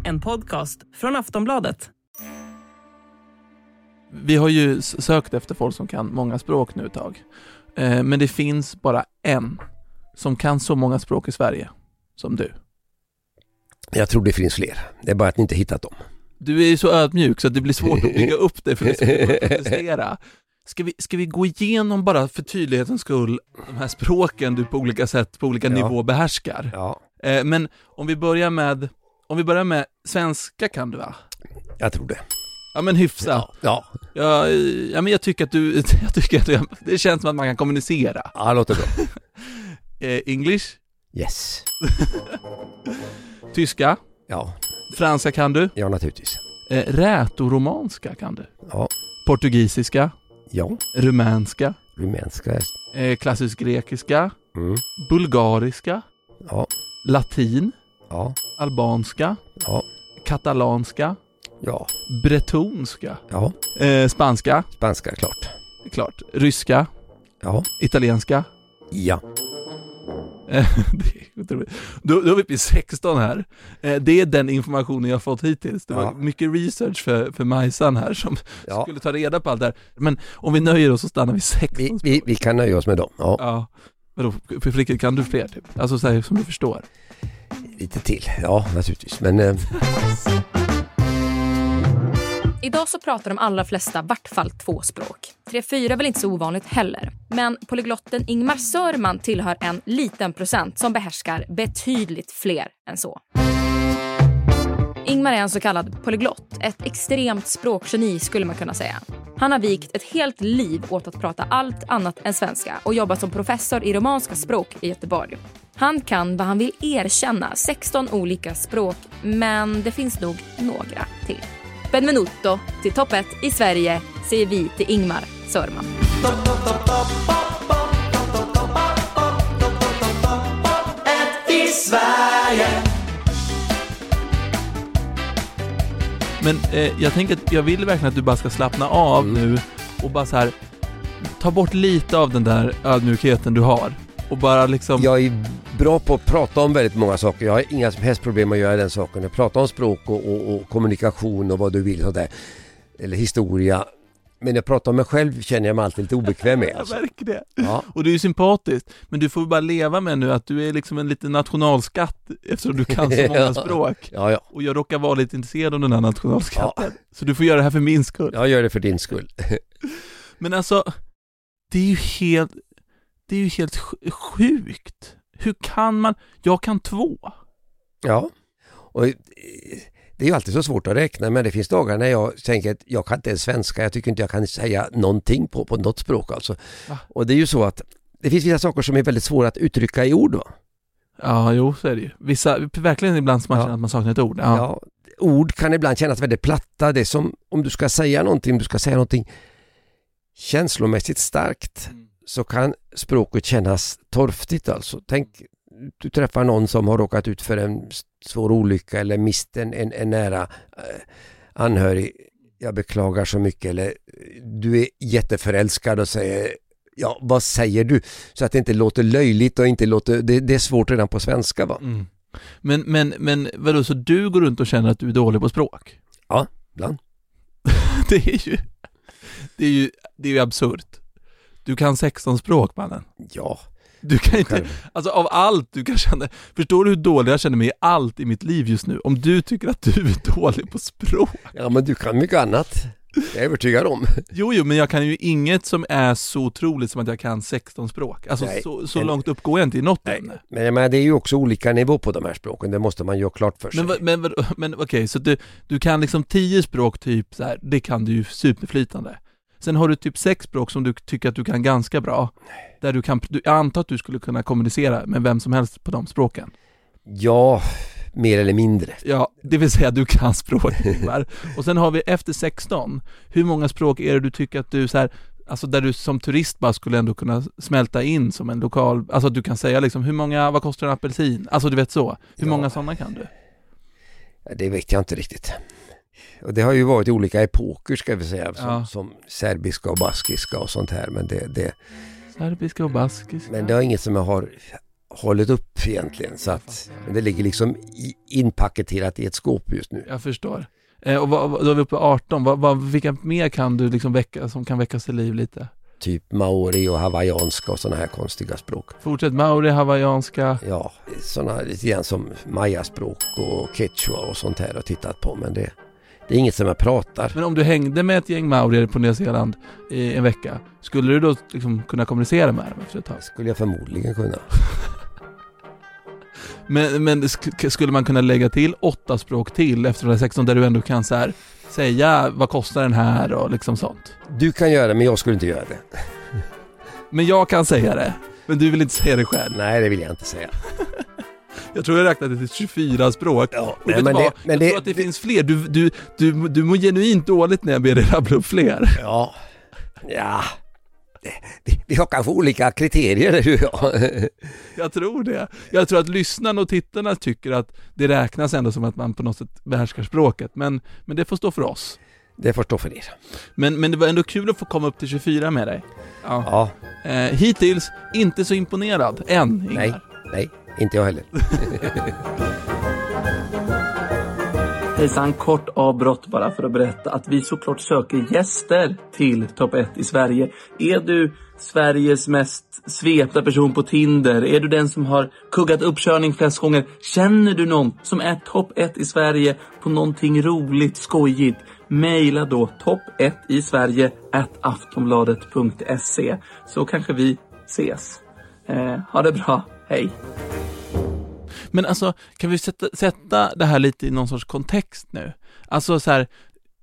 En podcast från Aftonbladet. Vi har ju sökt efter folk som kan många språk nu ett tag. Men det finns bara en som kan så många språk i Sverige som du. Jag tror det finns fler. Det är bara att ni inte hittat dem. Du är ju så ödmjuk så att det blir svårt att bygga upp det för det är svårt att protestera. Ska vi gå igenom bara för tydlighetens skull de här språken du på olika sätt, på olika nivå behärskar? Ja. Men om vi börjar med svenska kan du, va? Jag tror det. Ja, men hyfsa. Ja. Ja, men jag tycker att det känns som att man kan kommunicera. Ja, det låter bra. English? Yes. Tyska? Ja. Franska kan du? Ja, naturligtvis. Rätoromanska kan du? Ja. Portugisiska? Ja. Rumänska? Rumänska. Klassisk grekiska? Mm. Bulgariska? Ja. Latin? Ja. Albanska? Ja. Katalanska? Ja. Bretonska? Ja. Spanska? Spanska, klart. Ryska? Ja. Italienska? Ja. Då är vi uppe i 16 här. Det är den informationen jag har fått hittills. Det var mycket research för Majsan här som skulle ta reda på allt det här. Men om vi nöjer oss så stannar vi 16. Vi kan nöja oss med dem. Ja. Vadå, för riktigt kan du fler typ? Alltså så här, som du förstår. Lite till, ja naturligtvis. Men idag så pratar de allra flesta vart fall 2 språk. 3-4 är väl inte så ovanligt heller. Men polyglotten Ingmar Sörman tillhör en liten procent som behärskar betydligt fler än så. Ingmar är en så kallad polyglott, ett extremt språkgeni skulle man kunna säga. Han har vikt ett helt liv åt att prata allt annat än svenska och jobbat som professor i romanska språk i Göteborg. Han kan vad han vill erkänna 16 olika språk, men det finns nog några till. Benvenuto till topp 1 i Sverige säger vi till Ingmar Sörman. I Sverige. Men jag tänker att jag vill verkligen att du bara ska slappna av nu och bara så här ta bort lite av den där ödmjukheten du har och bara liksom... Jag är bra på att prata om väldigt många saker. Jag har inga som helst problem att göra den saken. Jag pratar om språk och kommunikation och vad du vill sådär. Eller historia. Men jag pratar om mig själv känner jag mig alltid lite obekväm med. Alltså. Jag märker det. Ja. Och det är ju sympatiskt. Men du får bara leva med nu att du är liksom en liten nationalskatt eftersom du kan så många språk. Ja. Och jag råkar vara lite intresserad av den här nationalskatten. Ja. Så du får göra det här för min skull. Jag gör det för din skull. Men alltså, det är ju helt sjukt. Hur kan man... Jag kan 2. Ja, och det är ju alltid så svårt att räkna, men det finns dagar när jag tänker att jag kan inte ens svenska. Jag tycker inte jag kan säga någonting på något språk alltså. Va? Och det är ju så att det finns vissa saker som är väldigt svåra att uttrycka i ord, va? Ja, jo, så är det ju. Verkligen ibland som man känner att man saknar ett ord. Ja, ord kan ibland kännas väldigt platta. Det är som om du ska säga någonting känslomässigt starkt så kan språket kännas torftigt alltså. Tänk, du träffar någon som har råkat ut för en svår olycka eller mist en nära anhörig. Jag beklagar så mycket. Eller du är jätteförälskad och säger, ja, vad säger du? Så att det inte låter löjligt och inte låter... Det är svårt redan på svenska, va? Mm. Men vadå, så du går runt och känner att du är dålig på språk? Ja, ibland. Det är ju absurt. Du kan 16 språk, mannen. Ja. Du kan inte, alltså av allt du kan känna, förstår du hur dålig jag känner mig i allt i mitt liv just nu? Om du tycker att du är dålig på språk. Ja, men du kan mycket annat. Jag är övertygad om. Jo, men jag kan ju inget som är så otroligt som att jag kan 16 språk. Alltså nej, så långt uppgår jag inte i något ämne. Men det är ju också olika nivå på de här språken. Det måste man ju ha klart för sig. Men okej, så du kan liksom 10 språk typ så här, det kan du ju superflytande. Sen har du typ 6 språk som du tycker att du kan ganska bra. Där jag antar att du skulle kunna kommunicera med vem som helst på de språken. Ja, mer eller mindre. Ja, det vill säga du kan språk. Och sen har vi efter 16. Hur många språk är det du tycker att du så här, alltså där du som turist bara skulle ändå kunna smälta in som en lokal, alltså att du kan säga liksom vad kostar en apelsin? Alltså du vet så. Hur många sådana kan du? Det vet jag inte riktigt. Och det har ju varit olika epoker ska vi säga, som serbiska och baskiska och sånt här, men det serbiska och baskiska. Men det är inget som jag har hållit upp egentligen. Så att det ligger liksom inpaketerat i ett skåp just nu. Jag förstår. Och då är vi uppe på 18. Vilka mer kan du liksom väcka som kan väckas till liv lite? Typ maori och hawaiianska och sådana här konstiga språk. Fortsätt maori, hawaiianska. Ja, sådana lite grann som mayaspråk och quechua och sånt här har tittat på. Men det är inget som jag pratar. Men om du hängde med ett gäng maorier på Nya Zeeland i en vecka, skulle du då liksom kunna kommunicera med dem efter ett tag? Skulle jag förmodligen kunna. Men skulle man kunna lägga till 8 språk till efter de här 16 där du ändå kan så här säga vad kostar den här och liksom sånt? Du kan göra det, men jag skulle inte göra det. Men jag kan säga det, men du vill inte säga det själv. Nej, det vill jag inte säga. Jag tror jag räknade till 24 språk. Ja, och vet du vad? Jag tror att det finns fler. Du mår genuint dåligt när jag ber dig rabbla upp fler. Ja. Vi har kanske olika kriterier, du och jag. Jag tror det. Jag tror att lyssnarna och tittarna tycker att det räknas ändå som att man på något sätt behärskar språket. Men det får stå för oss. Det får stå för er. Men det var ändå kul att få komma upp till 24 med dig. Ja. Hittills inte så imponerad än, Ingmar. Nej, inte jag heller. Hejsan, kort avbrott bara för att berätta att vi såklart söker gäster till Topp 1 i Sverige. Är du Sveriges mest svepta person på Tinder? Är du den som har kuggat uppkörning flest gånger? Känner du någon som är Topp 1 i Sverige på någonting roligt, skojigt? Maila då topp1isverige@aftonbladet.se så kanske vi ses. Ha det bra, hej! Men alltså, kan vi sätta det här lite i någon sorts kontext nu? Alltså så här,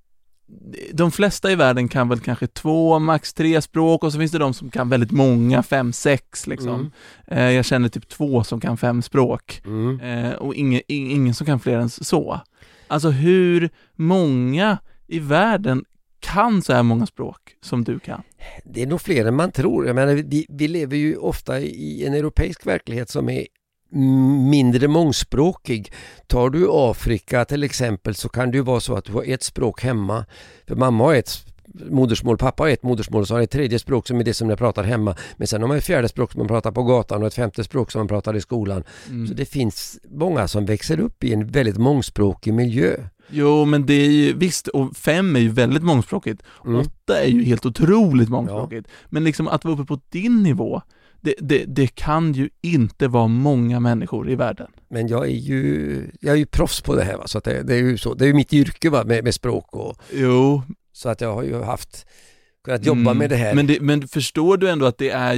de flesta i världen kan väl kanske 2, max 3 språk och så finns det de som kan väldigt många, 5, 6 liksom. Jag känner typ 2 som kan 5 språk och ingen som kan fler än så. Alltså hur många i världen kan så här många språk som du kan? Det är nog fler än man tror. Jag menar, vi lever ju ofta i en europeisk verklighet som är mindre mångspråkig. Tar du Afrika till exempel så kan det ju vara så att du har ett språk hemma. För mamma har ett modersmål, pappa har ett modersmål och så har ett tredje språk som är det som jag pratar hemma. Men sen har man ett fjärde språk som man pratar på gatan och ett femte språk som man pratar i skolan. Så det finns många som växer upp i en väldigt mångspråkig miljö. Jo, men det är ju visst, och 5 är ju väldigt mångspråkigt. 8 är ju helt otroligt mångspråkigt. Ja. Men liksom att vara uppe på din nivå, det kan ju inte vara många människor i världen. Men jag är ju proffs på det här, va? Så att det är ju så. Det är ju mitt yrke, va? Med språk och... Jo. Så att jag har ju kunnat jobba med det här. Men förstår du ändå att det är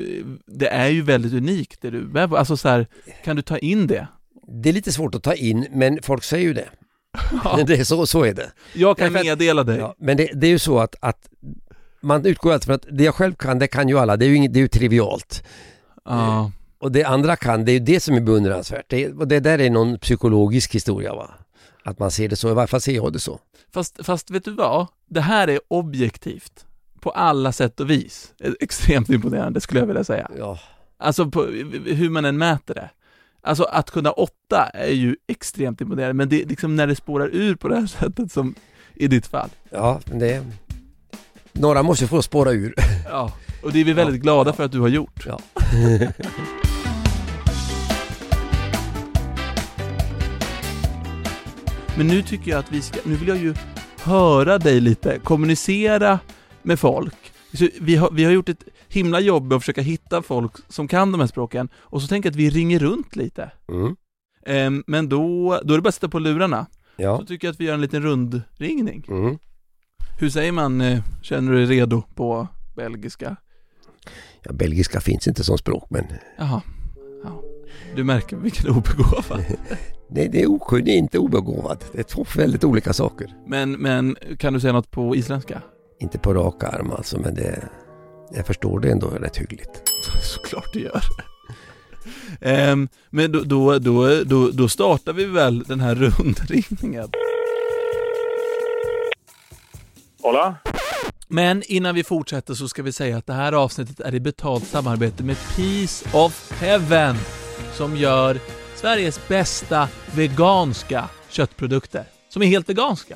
ju väldigt unikt det du... Alltså så här, kan du ta in det? Det är lite svårt att ta in, men folk säger ju det. Ja. Det är så är det. Jag kan meddela dig. Ja, men det är ju så att man utgår alltid från att det jag själv kan, det kan ju alla. Det är ju trivialt. Ja. Och det andra kan, det är ju det som är beundransvärt. Och det där är någon psykologisk historia, va? Att man ser det så, i varje fall ser jag det så. Fast vet du vad? Det här är objektivt. På alla sätt och vis. Extremt imponerande skulle jag vilja säga. Ja. Alltså på hur man än mäter det. Alltså att kunna 8 är ju extremt imponerande. Men det är liksom när det spårar ur på det här sättet som i ditt fall. Ja, det... Några måste få spåra ur. Ja, och det är vi väldigt glada för att du har gjort. Ja. Men nu tycker jag att nu vill jag ju höra dig lite, kommunicera med folk. Så vi har gjort ett himla jobb att försöka hitta folk som kan de här språken. Och så tänker jag att vi ringer runt lite. Men då är det bara att sätta på lurarna. Ja. Så tycker jag att vi gör en liten rundringning. Hur säger man, känner du dig redo på belgiska? Ja, belgiska finns inte som språk, men... Jaha. Ja. Du märker vilken obegåvad. Nej, det är inte obegåvad. Det är 2 väldigt olika saker. Men kan du säga något på isländska? Inte på rak arm alltså, men jag förstår det ändå rätt hyggligt. Såklart du gör. Men då startar vi väl den här rundringningen. Hola. Men innan vi fortsätter så ska vi säga att det här avsnittet är i betalt samarbete med Piece of Heaven som gör Sveriges bästa veganska köttprodukter. Som är helt veganska.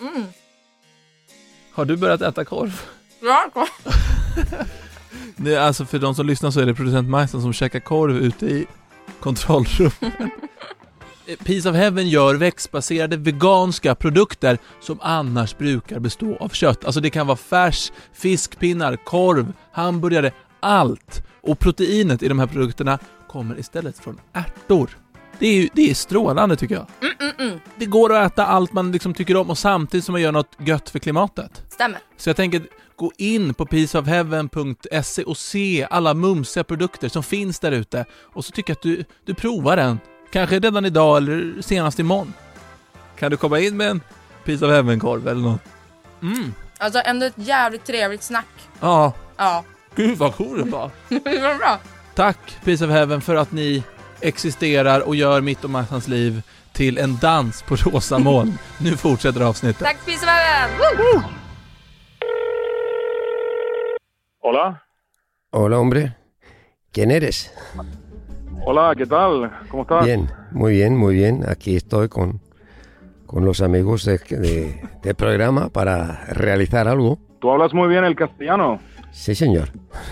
Har du börjat äta korv? Ja, korv. Det är alltså för de som lyssnar så är det producent Majsen som käkar korv ute i kontrollrum. Piece of Heaven gör växtbaserade veganska produkter som annars brukar bestå av kött. Alltså det kan vara färs, fiskpinnar, korv, hamburgare, allt. Och proteinet i de här produkterna kommer istället från ärtor. Det är strålande tycker jag. Det går att äta allt man liksom tycker om och samtidigt som man gör något gött för klimatet. Stämmer. Så jag tänker gå in på pieceofheaven.se och se alla mumsiga produkter som finns där ute. Och så tycker jag att du provar den. Kanske redan idag eller senast imorgon. Kan du komma in med en Piece of Heaven-korv eller något? Alltså ändå ett jävligt trevligt snack. Ja. Ja. Gud vad cool det var. Det var bra. Tack Piece of Heaven för att ni existerar och gör mitt och Martins liv till en dans på rosa moln. Nu fortsätter avsnittet. Tack Piece of Heaven. Woo! Hola. Hola, hombre. ¿Quién eres? Hola, ¿qué tal? ¿Cómo estás? Bien, muy bien. Aquí estoy con los amigos del programa para realizar algo. Tú hablas muy bien el castellano. Sí, señor.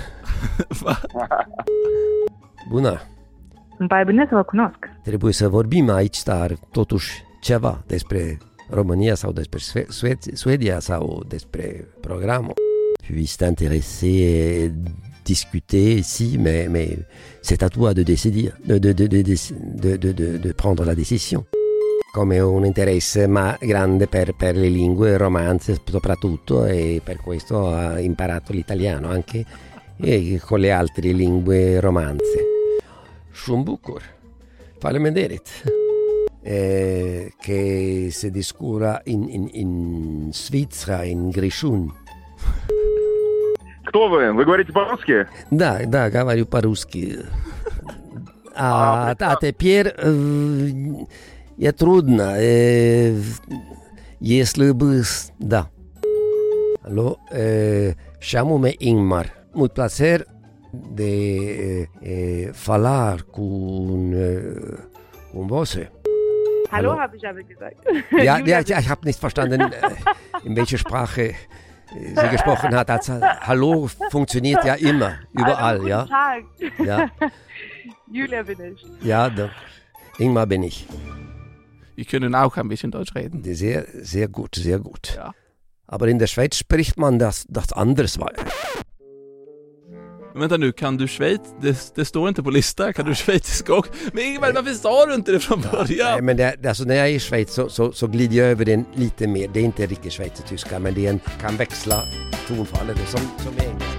Bună. Îmi pare bine să vă cunosc. Trebuie să vorbim aici, dar totuși ceva despre România sau despre Suedia sau despre programul. Puis c'est intéressé discuter ici, mais c'est à toi de décider, de prendre la decisione. Come un interesse grande per le lingue romanze soprattutto, e per questo ho imparato l'italiano anche e con le altre lingue romanze. Sunt bucur. Fale-mi derit. Che se discura in Svizzera, in Grishun. Кто вы? Вы говорите по-русски? Да, говорю по-русски. А теперь я трудно. Если бы... Да. Allo, chamo-me Ingmar. Muito placer de falar con você. Hallo, habe ich aber gesagt. Ja, ich habe nicht verstanden, in welcher Sprache sie gesprochen hat. Also, Hallo funktioniert ja immer, überall, Hallo, ja. guten Tag. Ja. Julia bin ich. Ja, Ingmar bin ich. Wir können auch ein bisschen Deutsch reden. Sehr, sehr gut, sehr gut. Ja. Aber in der Schweiz spricht man das anders. Men vänta nu, kan du Schweiz? Det står inte på lista. Kan du schweiziska också? Men Ingmar, varför sa du inte det från början? Nej, men alltså när jag är i Schweiz så glider jag över den lite mer. Det är inte riktigt schweizertyska, men det kan växla tonfallet som är engelska.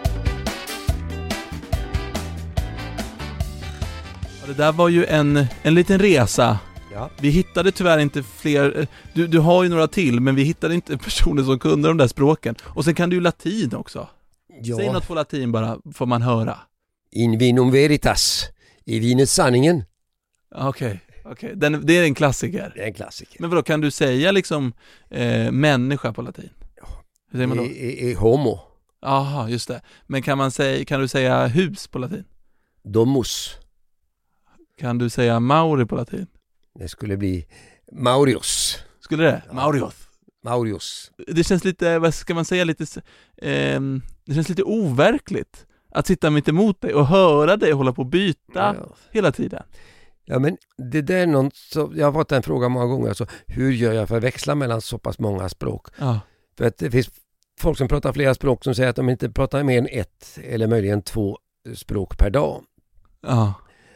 Ja, det där var ju en liten resa. Ja. Vi hittade tyvärr inte fler. Du har ju några till, men vi hittade inte personer som kunde de där språken. Och sen kan du ju latin också. Ja. Säg något på latin bara, får man höra. In vinum veritas. I vinet sanningen. Okej. Det är en klassiker. Det är en klassiker. Men vadå, kan du säga liksom människa på latin? Ja. Hur säger man då? Homo. Jaha, just det. Men kan du säga hus på latin? Domus. Kan du säga mauri på latin? Det skulle bli Maurius. Skulle det? Ja. Maurius. Det känns lite, vad ska man säga, det känns lite overkligt att sitta mitt emot dig och höra dig hålla på och byta hela tiden. Ja, men det där är något, så jag har fått en fråga många gånger, alltså, hur gör jag för att växla mellan så pass många språk? Ja. För att det finns folk som pratar flera språk som säger att de inte pratar mer än 1 eller möjligen 2 språk per dag. Ja.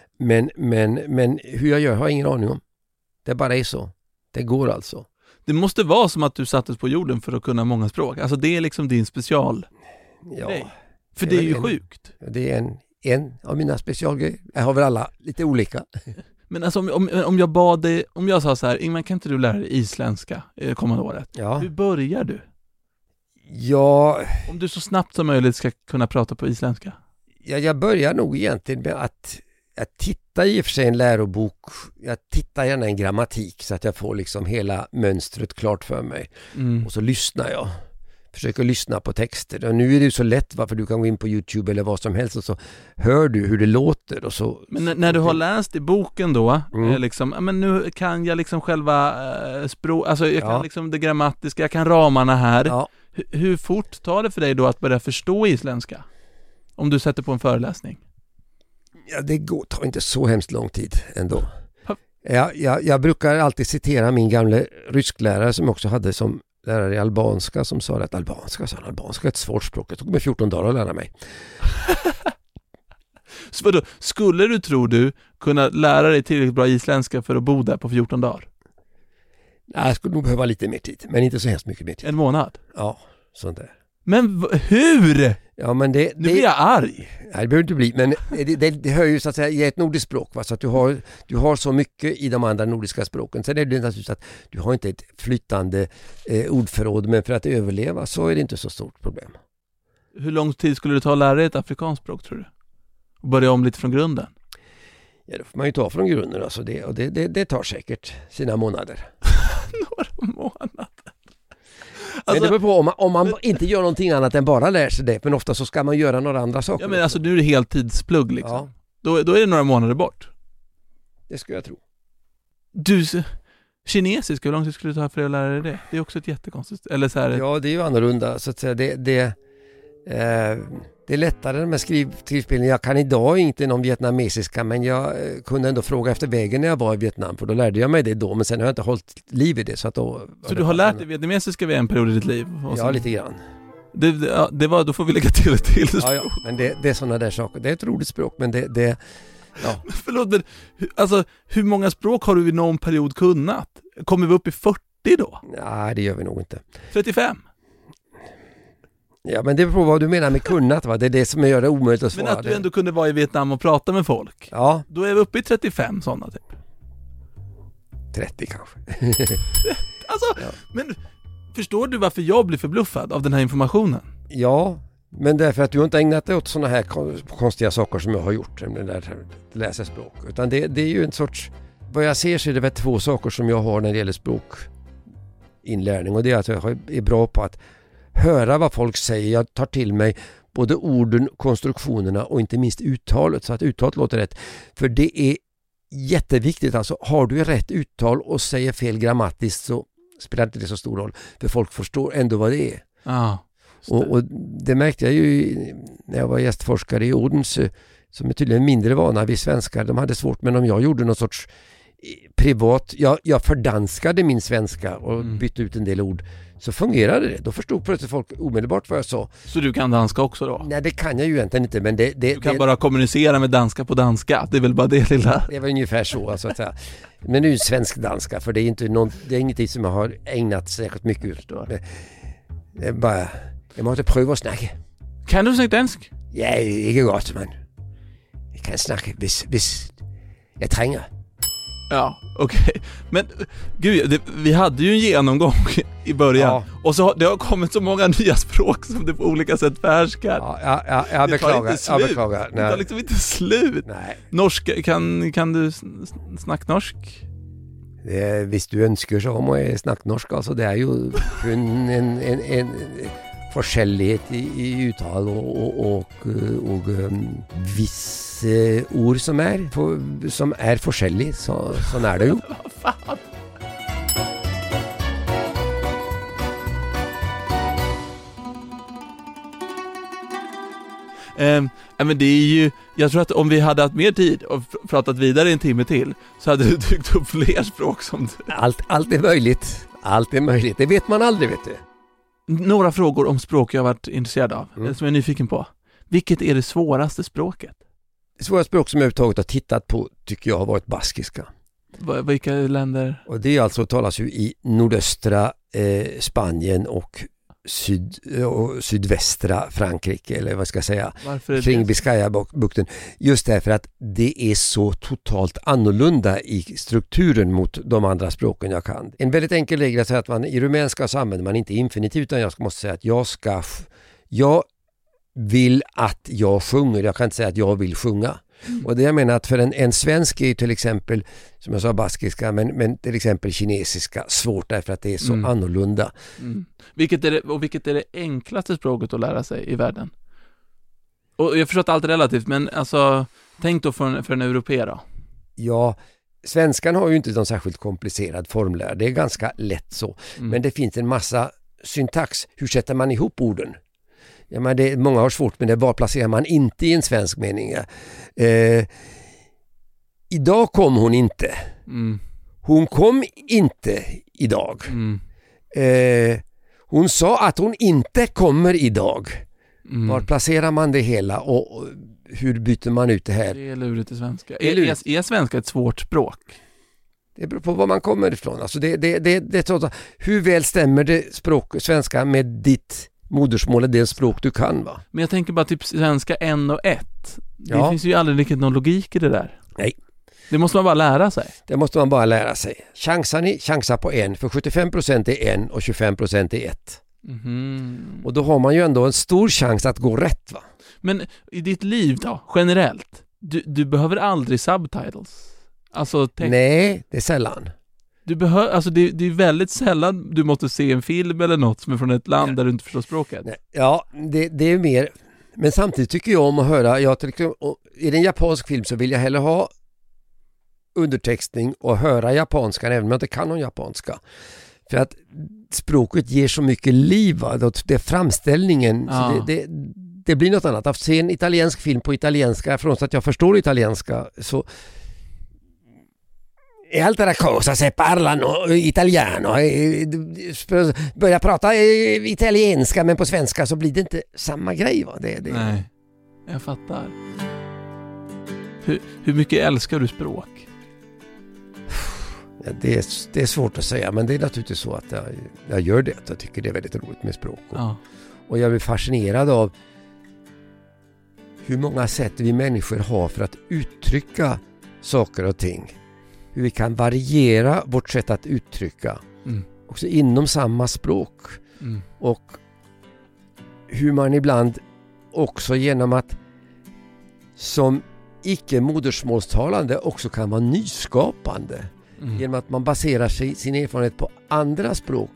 Men hur jag gör har jag ingen aning om. Det bara är så. Det går alltså. Det måste vara som att du sattes på jorden för att kunna många språk. Alltså det är liksom din special. Ja. Nej. För det är ju sjukt. Det är en av mina specialgrejer. Jag har väl alla lite olika. Men alltså om jag bad dig, om jag sa så här, Ingmar, kan inte du lära dig isländska kommande året? Ja. Hur börjar du? Ja. Om du så snabbt som möjligt ska kunna prata på isländska. Ja, jag börjar nog egentligen med att jag tittar i och för sig en lärobok. Jag tittar gärna en grammatik så att jag får liksom hela mönstret klart för mig. Och så lyssnar jag. Försöker lyssna på texter. Och nu är det ju så lätt varför du kan gå in på YouTube eller vad som helst och så hör du hur det låter. Och så. Men när du har läst i boken då, liksom, men nu kan jag liksom själva språk, alltså jag kan liksom det grammatiska, jag kan ramarna här. Ja. Hur fort tar det för dig då att börja förstå isländska? Om du sätter på en föreläsning? Ja, det tar inte så hemskt lång tid ändå. Jag brukar alltid citera min gamla rysklärare som också hade som lärare i albanska som sa att albanska är ett svårt språk. Det tog mig 14 dagar att lära mig. Så vadå, skulle du, tror du, kunna lära dig tillräckligt bra isländska för att bo där på 14 dagar? Nej, jag skulle nog behöva lite mer tid, men inte så hemskt mycket mer tid. En månad? Ja, sånt där. Men hur? Ja, men nu blir jag arg. Nej, det behöver inte bli, men det hör ju så att säga i ett nordiskt språk, va? Så att du har så mycket i de andra nordiska språken. Sen är det naturligtvis att du har inte ett flytande ordförråd, men för att överleva så är det inte så stort problem. Hur lång tid skulle det ta att lära dig ett afrikanskt språk, tror du? Och börja om lite från grunden? Ja, det får man ju ta från grunden. Alltså det tar säkert sina månader. Några månader. Men det beror på om man inte gör någonting annat än bara lär sig det. Men ofta så ska man göra några andra saker. Ja, men alltså nu är det heltidsplugg liksom. Ja. Då är det några månader bort. Det skulle jag tro. Kinesiska, hur lång tid skulle det ta för dig att lära dig det? Det är också ett jättekonstigt. Eller så här... Ja, det är ju annorlunda. Så att säga. Det är lättare med skrivspelning. Jag kan idag inte någon vietnamesiska, men jag kunde ändå fråga efter vägen när jag var i Vietnam, för då lärde jag mig det då, men sen har jag inte hållit liv i det. Så du har lärt dig vietnamesiska vid en period i ditt liv? Ja, lite grann. Då får vi lägga till ett till språk. Ja, men det är sådana där saker. Det är ett roligt språk, men det ja. Förlåt, men alltså, hur många språk har du i någon period kunnat? Kommer vi upp i 40 då? Nej, det gör vi nog inte. 35? Ja, men det beror på vad du menar med kunnat, va? Det är det som gör det omöjligt att svara. Men att du ändå kunde vara i Vietnam och prata med folk. Ja. Då är vi uppe i 35 sådana typ. 30 kanske. Alltså, ja. Men förstår du varför jag blir förbluffad av den här informationen? Ja, men därför att du har inte ägnat dig åt sådana här konstiga saker som jag har gjort. Den där läsa språk. Utan det är ju en sorts... Vad jag ser så är det väl 2 saker som jag har när det gäller språkinlärning. Och det är att jag är bra på att höra vad folk säger. Jag tar till mig både orden, konstruktionerna och inte minst uttalet, så att uttalet låter rätt. För det är jätteviktigt. Alltså, har du rätt uttal och säger fel grammatiskt så spelar inte det så stor roll. För folk förstår ändå vad det är. Och det märkte jag ju när jag var gästforskare i Odense, som är tydligen mindre vana vid svenskar. De hade svårt, men om jag gjorde någon sorts privat, jag fördanskade min svenska och bytte ut en del ord, så fungerade det. Då förstod plötsligt folk omedelbart vad jag sa. Så du kan danska också då? Nej, det kan jag ju egentligen inte, men du kan bara kommunicera med danska på danska. Det är väl bara det lilla. Det var ungefär så, så att säga. Men nu är svensk danska, för det är inte det är ingenting som jag har ägnat särskilt mycket ut. Det är bara, jag måste pröva att snacka. Kan du snacka dansk? Ja, inte gott, men jag kan snacka hvis jag tränger. Ja, okej. Men gud, vi hade ju en genomgång i början. Ja. Och så det har kommit så många nya språk som det på olika sätt färskar. Ja, jag beklagar. Det tar liksom inte slut. Nej. Norsk, kan du snacka norsk? Hvis du ønsker så må jeg snakke norsk. Altså, det er jo kun en forskjellighet i uttal og visse ord som er forskjellige, sånn er det jo. Men det är ju, jag tror att om vi hade haft mer tid och pratat vidare en timme till, så hade det dykt upp fler språk som du. Allt är möjligt. Allt är möjligt. Det vet man aldrig, vet du. Några frågor om språk jag har varit intresserad av, som jag är nyfiken på. Vilket är det svåraste språket? Det svåraste språk som jag överhuvudtaget har tittat på tycker jag har varit baskiska. Vilka länder? Och det är alltså, talas ju i nordöstra Spanien och sydvästra Frankrike, eller vad ska jag säga, kring Biscayabukten. Just därför att det är så totalt annorlunda i strukturen mot de andra språken jag kan. En väldigt enkel regel är att säga att i rumänska så använder man inte infinitiv, utan jag måste säga att jag vill att jag sjunger. Jag kan inte säga att jag vill sjunga. Och det jag menar att för en svensk är till exempel, som jag sa, baskiska, men till exempel kinesiska svårt därför att det är så annorlunda. Vilket är det enklaste språket att lära sig i världen? Och jag förstår att allt är relativt, men alltså, tänk då för en europé då. Ja, svenskan har ju inte någon särskilt komplicerad formlär. Det är ganska lätt så. Men det finns en massa syntax. Hur sätter man ihop orden? Ja, men många har svårt med det. Var placerar man inte i en svensk mening? Ja. Idag kom hon inte. Hon kom inte idag. Hon sa att hon inte kommer idag. Var placerar man det hela och hur byter man ut det här? Det är lurigt i svenska. Är svenska ett svårt språk? Det beror på var man kommer ifrån. Alltså hur väl stämmer det svenska med ditt modersmål, det språk du kan, va? Men jag tänker bara typ svenska 1 och 1. Det finns ju aldrig riktigt någon logik i det där. Nej. Det måste man bara lära sig. Det måste man bara lära sig. Chansar på 1, för 75% är 1 och 25% är 1. Och då har man ju ändå en stor chans att gå rätt, va? Men i ditt liv då, generellt, du behöver aldrig subtitles. Alltså nej, det är sällan. Det är väldigt sällan du måste se en film eller något som är från ett land där du inte förstår språket. Nej. Ja, det är mer. Men samtidigt tycker jag om att höra, i en japansk film så vill jag hellre ha undertextning och höra japanskan även om jag inte kan någon japanska. För att språket ger så mycket liv, va? Det är framställningen. Så det blir något annat. Att se en italiensk film på italienska, från så att jag förstår italienska, så e altra cosa se parlano italiano, börja prata italienska men på svenska så blir det inte samma grej, va? Nej, jag fattar. Hur mycket älskar du språk? Ja, det är svårt att säga, men det är naturligtvis så att jag gör det. Jag tycker det är väldigt roligt med språk. Och jag blir fascinerad av hur många sätt vi människor har för att uttrycka saker och ting. Hur vi kan variera vårt sätt att uttrycka också inom samma språk. Och hur man ibland också genom att som icke-modersmålstalande också kan vara nyskapande. Genom att man baserar sin erfarenhet på andra språk.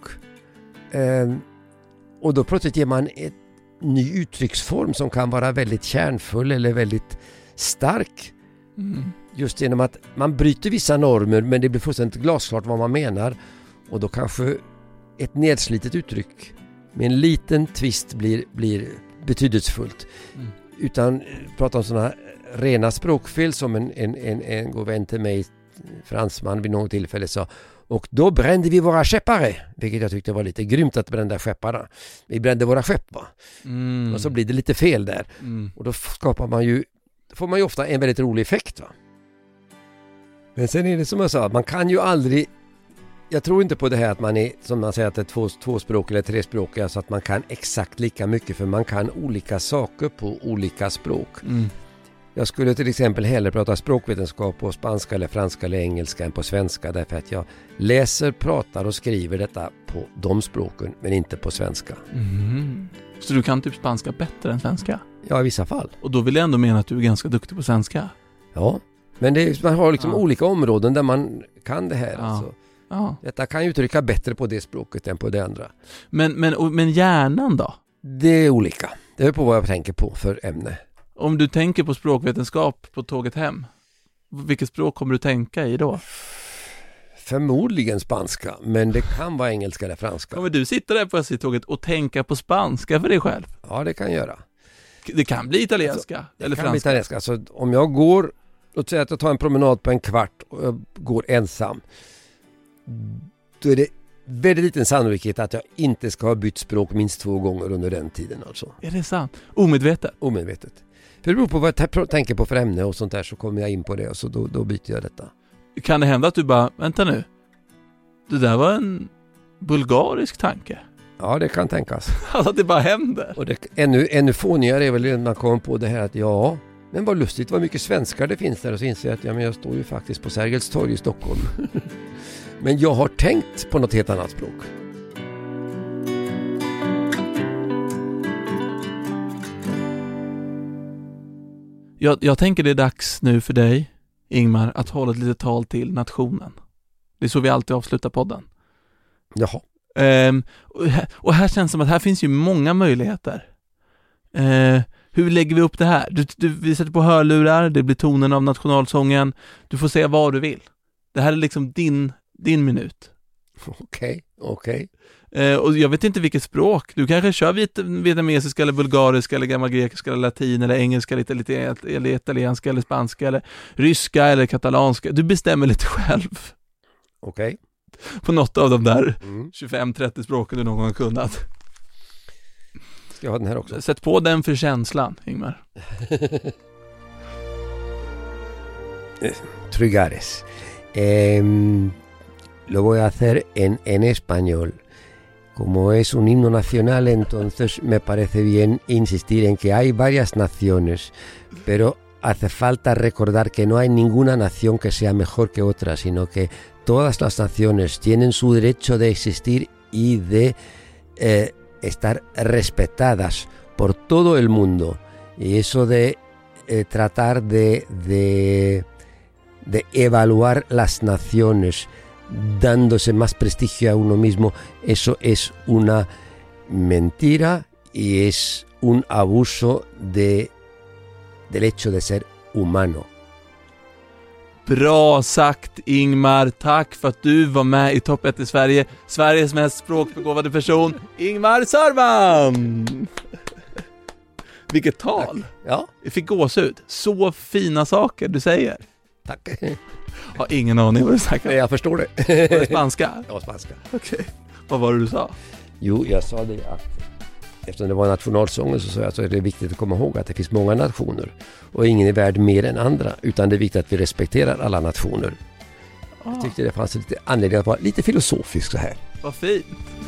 Och då plötsligt ger man en ny uttrycksform som kan vara väldigt kärnfull eller väldigt stark. Just genom att man bryter vissa normer, men det blir fullständigt glasklart vad man menar. Och då kanske ett nedslitet uttryck med en liten twist blir betydelsefullt. Utan prata om sådana rena språkfel som en god vän till mig, fransman, vid något tillfälle sa: och då brände vi våra skeppare, vilket jag tyckte var lite grymt att brända skepparna. Vi brände våra skepp, va? Och så blir det lite fel där. Och då får man ju ofta en väldigt rolig effekt, va? Men sen är det som jag sa, man kan ju aldrig, jag tror inte på det här att man är, som man säger, att det är tvåspråk eller trespråkiga, så att man kan exakt lika mycket, för man kan olika saker på olika språk. Jag skulle till exempel hellre prata språkvetenskap på spanska eller franska eller engelska än på svenska, därför att jag läser, pratar och skriver detta på de språken, men inte på svenska. Så du kan typ spanska bättre än svenska? Ja, i vissa fall. Och då vill jag ändå mena att du är ganska duktig på svenska. Ja, men man har liksom olika områden där man kan det här. Alltså. Detta kan ju uttrycka bättre på det språket än på det andra. Men hjärnan då? Det är olika. Det är på vad jag tänker på för ämne. Om du tänker på språkvetenskap på tåget hem, vilket språk kommer du tänka i då? Förmodligen spanska, men det kan vara engelska eller franska. Kommer du sitta där på SJ-tåget och tänka på spanska för dig själv? Ja, det kan jag göra. Det kan bli italienska eller franska? Det kan bli italienska. Alltså, om jag går, låt säga att jag tar en promenad på en kvart och jag går ensam, då är det väldigt liten sannolikhet att jag inte ska ha bytt språk minst 2 gånger under den tiden. Alltså. Är det sant? Omedvetet? Omedvetet. För det beror på vad jag tänker på för ämne och sånt där, så kommer jag in på det och så då byter jag detta. Kan det hända att du bara, vänta nu, det där var en bulgarisk tanke? Ja, det kan tänkas. Alltså att det bara händer. Och det, ännu fånigare är väl när man kommer på det här att men vad lustigt, vad mycket svenskar det finns där, och så inser jag att men jag står ju faktiskt på Sergels torg i Stockholm. Men jag har tänkt på något helt annat språk. Jag tänker det är dags nu för dig, Ingmar, att hålla ett litet tal till nationen. Det är så vi alltid avslutar podden. Jaha. Och här känns det som att här finns ju många möjligheter. Hur lägger vi upp det här? Vi sätter på hörlurar, det blir tonen av nationalsången. Du får säga vad du vill. Det här är liksom din minut. Okej. Och jag vet inte vilket språk. Du kanske kör vietnamesiska eller bulgariska eller gammal grekiska eller latin eller engelska eller italienska eller spanska eller ryska eller katalanska. Du bestämmer lite själv. Okej. På något av de där 25-30 språken du någon gång har kunnat. Ska jag ha den här också? Sätt på den för känslan, Ingmar. Trugares. Lo voy a hacer en español. Como es un himno nacional, entonces me parece bien insistir en que hay varias naciones, pero hace falta recordar que no hay ninguna nación que sea mejor que otra, sino que todas las naciones tienen su derecho de existir y de estar respetadas por todo el mundo. Y eso de tratar de evaluar las naciones dándose más prestigio a uno mismo, eso es una mentira y es un abuso del hecho de ser humano. Bra sagt, Ingmar. Tack för att du var med i Topp 1 i Sverige. Sveriges mest språkbegåvade person, Ingmar Sörman. Vilket tal. Tack. Ja. Vi fick gåshud. Så fina saker du säger. Tack. Har ingen aning vad du snackar. Jag förstår det. Var det spanska? Ja, spanska. Okej. Vad var det du sa? Jo, jag sa det att eftersom det var nationalsången så sa jag att det är viktigt att komma ihåg att det finns många nationer och ingen är värd mer än andra, utan det är viktigt att vi respekterar alla nationer. Jag tyckte det fanns lite anledning att vara lite filosofisk så här. Vad fint.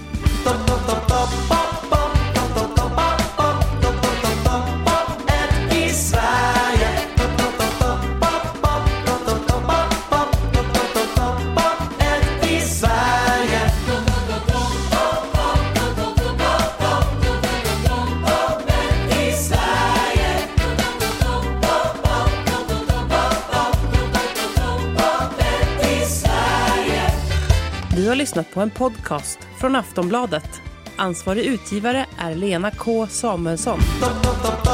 Du har lyssnat på en podcast från Aftonbladet. Ansvarig utgivare är Lena K. Samuelsson.